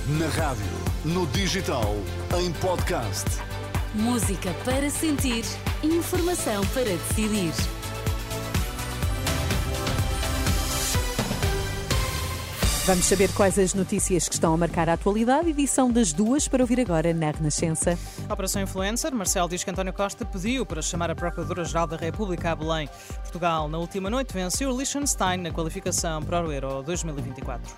Na rádio, no digital, em podcast. Música para sentir, informação para decidir. Vamos saber quais as notícias que estão a marcar a atualidade. Edição das 2 para ouvir agora na Renascença. A Operação Influencer. Marcelo diz que António Costa pediu para chamar a Procuradora-Geral da República a Belém. Portugal, na última noite, venceu Liechtenstein na qualificação para o Euro 2024.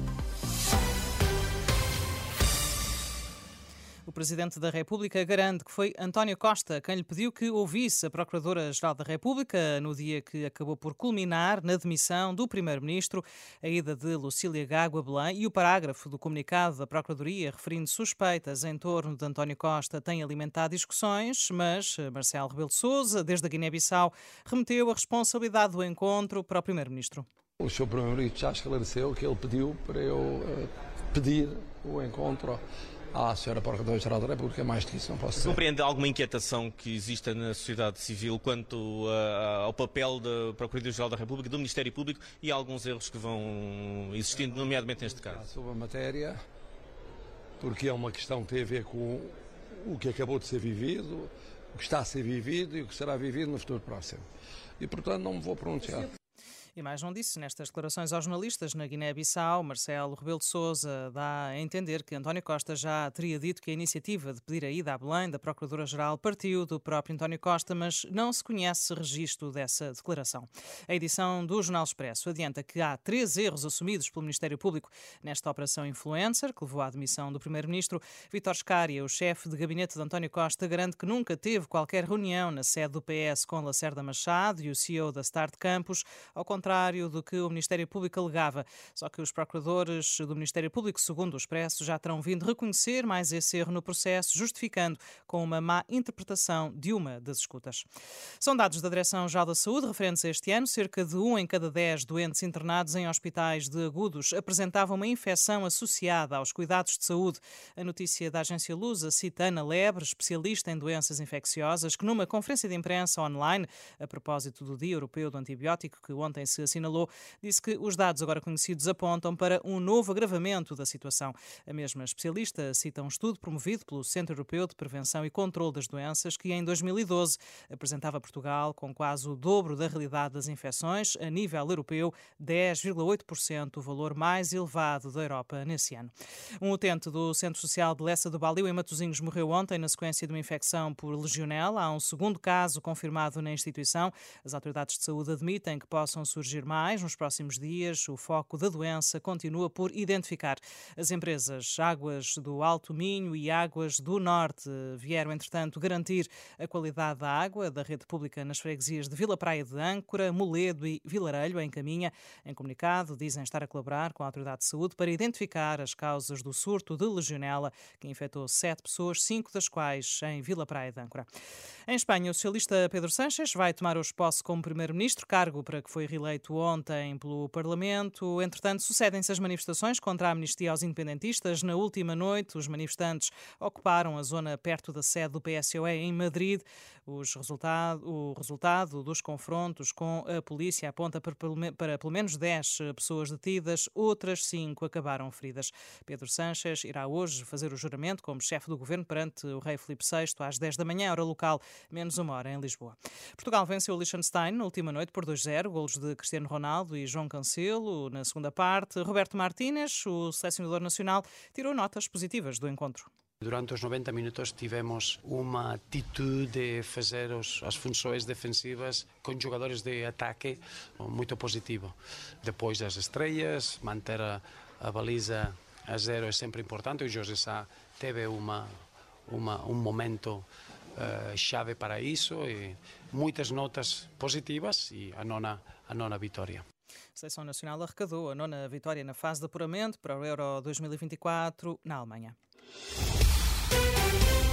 O Presidente da República garante que foi António Costa quem lhe pediu que ouvisse a Procuradora-Geral da República no dia que acabou por culminar na demissão do Primeiro-Ministro, a ida de Lucília Gago a Belém e o parágrafo do comunicado da Procuradoria referindo suspeitas em torno de António Costa tem alimentado discussões, mas Marcelo Rebelo de Sousa, desde a Guiné-Bissau, remeteu a responsabilidade do encontro para o Primeiro-Ministro. O Sr. Primeiro-Ministro já esclareceu que ele pediu para eu pedir o encontro à Sra. Procuradora-Geral da República, mais do que isso não posso dizer. Compreende alguma inquietação que exista na sociedade civil quanto ao papel da Procuradoria-Geral da República, do Ministério Público e alguns erros que vão existindo, nomeadamente neste caso? Sobre a matéria, porque é uma questão que tem a ver com o que acabou de ser vivido, o que está a ser vivido e o que será vivido no futuro próximo. E, portanto, não me vou pronunciar. E mais não disse, nestas declarações aos jornalistas na Guiné-Bissau, Marcelo Rebelo de Sousa dá a entender que António Costa já teria dito que a iniciativa de pedir a ida a Belém da Procuradora-Geral partiu do próprio António Costa, mas não se conhece registro dessa declaração. A edição do Jornal Expresso adianta que há 3 erros assumidos pelo Ministério Público nesta operação Influencer, que levou à demissão do Primeiro-Ministro. Vítor Scária, o chefe de gabinete de António Costa, garante que nunca teve qualquer reunião na sede do PS com Lacerda Machado e o CEO da Start Campus, ao contrário do que o Ministério Público alegava. Só que os procuradores do Ministério Público, segundo o Expresso, já terão vindo reconhecer mais esse erro no processo, justificando com uma má interpretação de uma das escutas. São dados da Direção-Geral da Saúde referentes a este ano. Cerca de 1 em cada 10 doentes internados em hospitais de agudos apresentavam uma infecção associada aos cuidados de saúde. A notícia da agência Lusa cita Ana Lebre, especialista em doenças infecciosas, que numa conferência de imprensa online, a propósito do Dia Europeu do Antibiótico, que ontem se assinalou, disse que os dados agora conhecidos apontam para um novo agravamento da situação. A mesma especialista cita um estudo promovido pelo Centro Europeu de Prevenção e Controlo das Doenças que em 2012 apresentava Portugal com quase o dobro da realidade das infecções, a nível europeu, 10,8%, o valor mais elevado da Europa nesse ano. Um utente do Centro Social de Lessa do Balio, em Matosinhos, morreu ontem na sequência de uma infecção por legionela. Há um segundo caso confirmado na instituição. As autoridades de saúde admitem que possam surgir mais nos próximos dias. O foco da doença continua por identificar. As empresas Águas do Alto Minho e Águas do Norte vieram, entretanto, garantir a qualidade da água da rede pública nas freguesias de Vila Praia de Âncora, Moledo e Vilarelho, em Caminha. Em comunicado, dizem estar a colaborar com a Autoridade de Saúde para identificar as causas do surto de legionela, que infectou 7 pessoas, 5 das quais em Vila Praia de Âncora. Em Espanha, o socialista Pedro Sánchez vai tomar hoje posse como primeiro-ministro, cargo para que foi reeleito ontem pelo Parlamento. Entretanto, sucedem-se as manifestações contra a amnistia aos independentistas. Na última noite, os manifestantes ocuparam a zona perto da sede do PSOE em Madrid. O resultado dos confrontos com a polícia aponta para pelo menos 10 pessoas detidas, outras 5 acabaram feridas. Pedro Sánchez irá hoje fazer o juramento como chefe do governo perante o rei Filipe VI às 10 da manhã, hora local, menos 1 hora em Lisboa. Portugal venceu o Liechtenstein na última noite por 2-0, golos de Cristiano Ronaldo e João Cancelo na segunda parte. Roberto Martínez, o selecionador nacional, tirou notas positivas do encontro. Durante os 90 minutos tivemos uma atitude de fazer as funções defensivas com jogadores de ataque muito positivo. Depois das estreias, manter a baliza a 0 é sempre importante. O José Sá teve um momento chave para isso e muitas notas positivas e a nona vitória. A Seleção Nacional arrecadou a 9ª vitória na fase de apuramento para o Euro 2024 na Alemanha.